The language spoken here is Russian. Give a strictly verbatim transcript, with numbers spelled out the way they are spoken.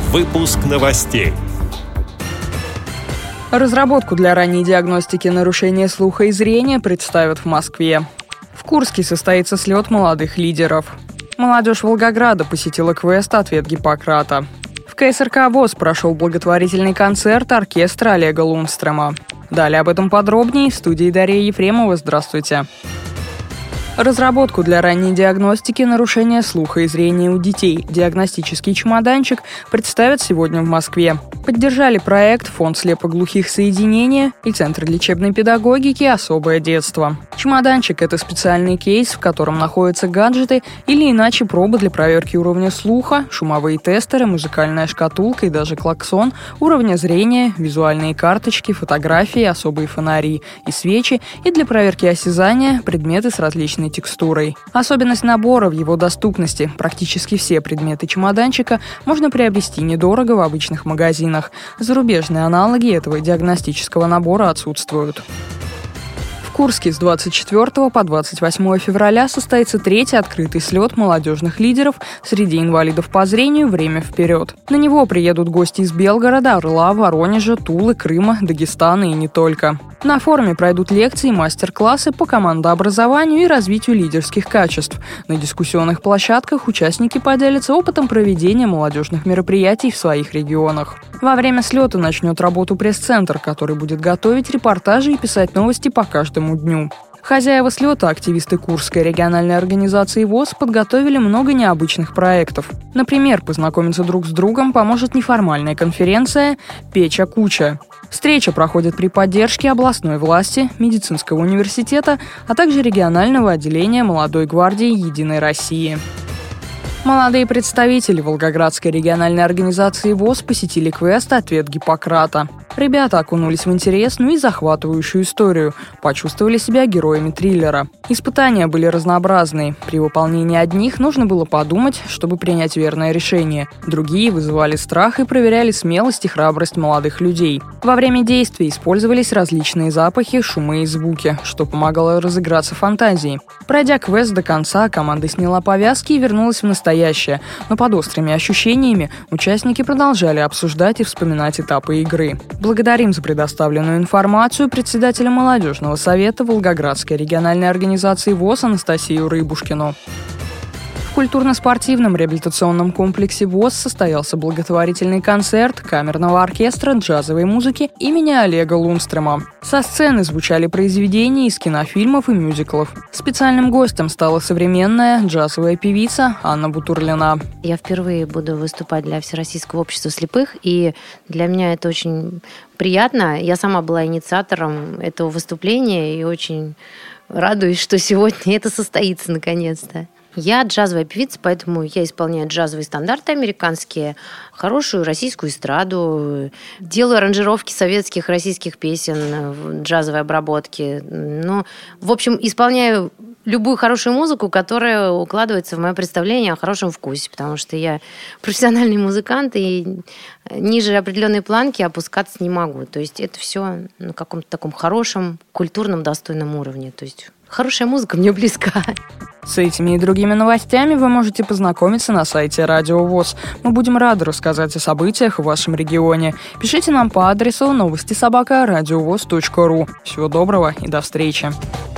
Выпуск новостей. Разработку для ранней диагностики нарушения слуха и зрения представят в Москве. В Курске состоится слет молодых лидеров. Молодежь Волгограда посетила квест «Ответ Гиппократа». В ка эс эр ка ВОС прошел благотворительный концерт оркестра Олега Лундстрема. Далее об этом подробнее в студии Дарья Ефремова. Здравствуйте. Разработку для ранней диагностики нарушения слуха и зрения у детей «Диагностический чемоданчик» представят сегодня в Москве. Поддержали проект Фонд слепоглухих соединения и Центр лечебной педагогики «Особое детство». Чемоданчик – это специальный кейс, в котором находятся гаджеты или иначе пробы для проверки уровня слуха, шумовые тестеры, музыкальная шкатулка и даже клаксон, уровня зрения, визуальные карточки, фотографии, особые фонари и свечи, и для проверки осязания предметы с различной текстурой. Особенность набора в его доступности. Практически все предметы чемоданчика можно приобрести недорого в обычных магазинах. Зарубежные аналоги этого диагностического набора отсутствуют. В Курске с двадцать четвёртого по двадцать восьмое февраля состоится третий открытый слет молодежных лидеров среди инвалидов по зрению «Время вперед». На него приедут гости из Белгорода, Орла, Воронежа, Тулы, Крыма, Дагестана и не только. На форуме пройдут лекции и мастер-классы по командообразованию и развитию лидерских качеств. На дискуссионных площадках участники поделятся опытом проведения молодежных мероприятий в своих регионах. Во время слета начнет работу пресс-центр, который будет готовить репортажи и писать новости по каждому дню. Хозяева слета, активисты Курской региональной организации ВОС, подготовили много необычных проектов. Например, познакомиться друг с другом поможет неформальная конференция «Печа-куча». Встреча проходит при поддержке областной власти, медицинского университета, а также регионального отделения Молодой гвардии Единой России. Молодые представители Волгоградской региональной организации ВОС посетили квест «Ответ Гиппократа». Ребята окунулись в интересную и захватывающую историю, почувствовали себя героями триллера. Испытания были разнообразные. При выполнении одних нужно было подумать, чтобы принять верное решение. Другие вызывали страх и проверяли смелость и храбрость молодых людей. Во время действий использовались различные запахи, шумы и звуки, что помогало разыграться фантазии. Пройдя квест до конца, команда сняла повязки и вернулась в настоящее. Но под острыми ощущениями участники продолжали обсуждать и вспоминать этапы игры. Благодарим за предоставленную информацию председателя молодежного совета Волгоградской региональной организации ВОС Анастасию Рыбушкину. В культурно-спортивном реабилитационном комплексе ВОС состоялся благотворительный концерт камерного оркестра джазовой музыки имени Олега Лундстрема. Со сцены звучали произведения из кинофильмов и мюзиклов. Специальным гостем стала современная джазовая певица Анна Бутурлина. Я впервые буду выступать для Всероссийского общества слепых, и для меня это очень приятно. Я сама была инициатором этого выступления и очень радуюсь, что сегодня это состоится наконец-то. Я джазовая певица, поэтому я исполняю джазовые стандарты американские, хорошую российскую эстраду, делаю аранжировки советских, российских песен в джазовой обработке. Ну, в общем, исполняю любую хорошую музыку, которая укладывается в мое представление о хорошем вкусе, потому что я профессиональный музыкант, и ниже определенной планки опускаться не могу. То есть это все на каком-то таком хорошем, культурном, достойном уровне. То есть хорошая музыка мне близка. С этими и другими новостями вы можете познакомиться на сайте Радио ВОС. Мы будем рады рассказать о событиях в вашем регионе. Пишите нам по адресу новости собака радиовос точка ру. Всего доброго и до встречи.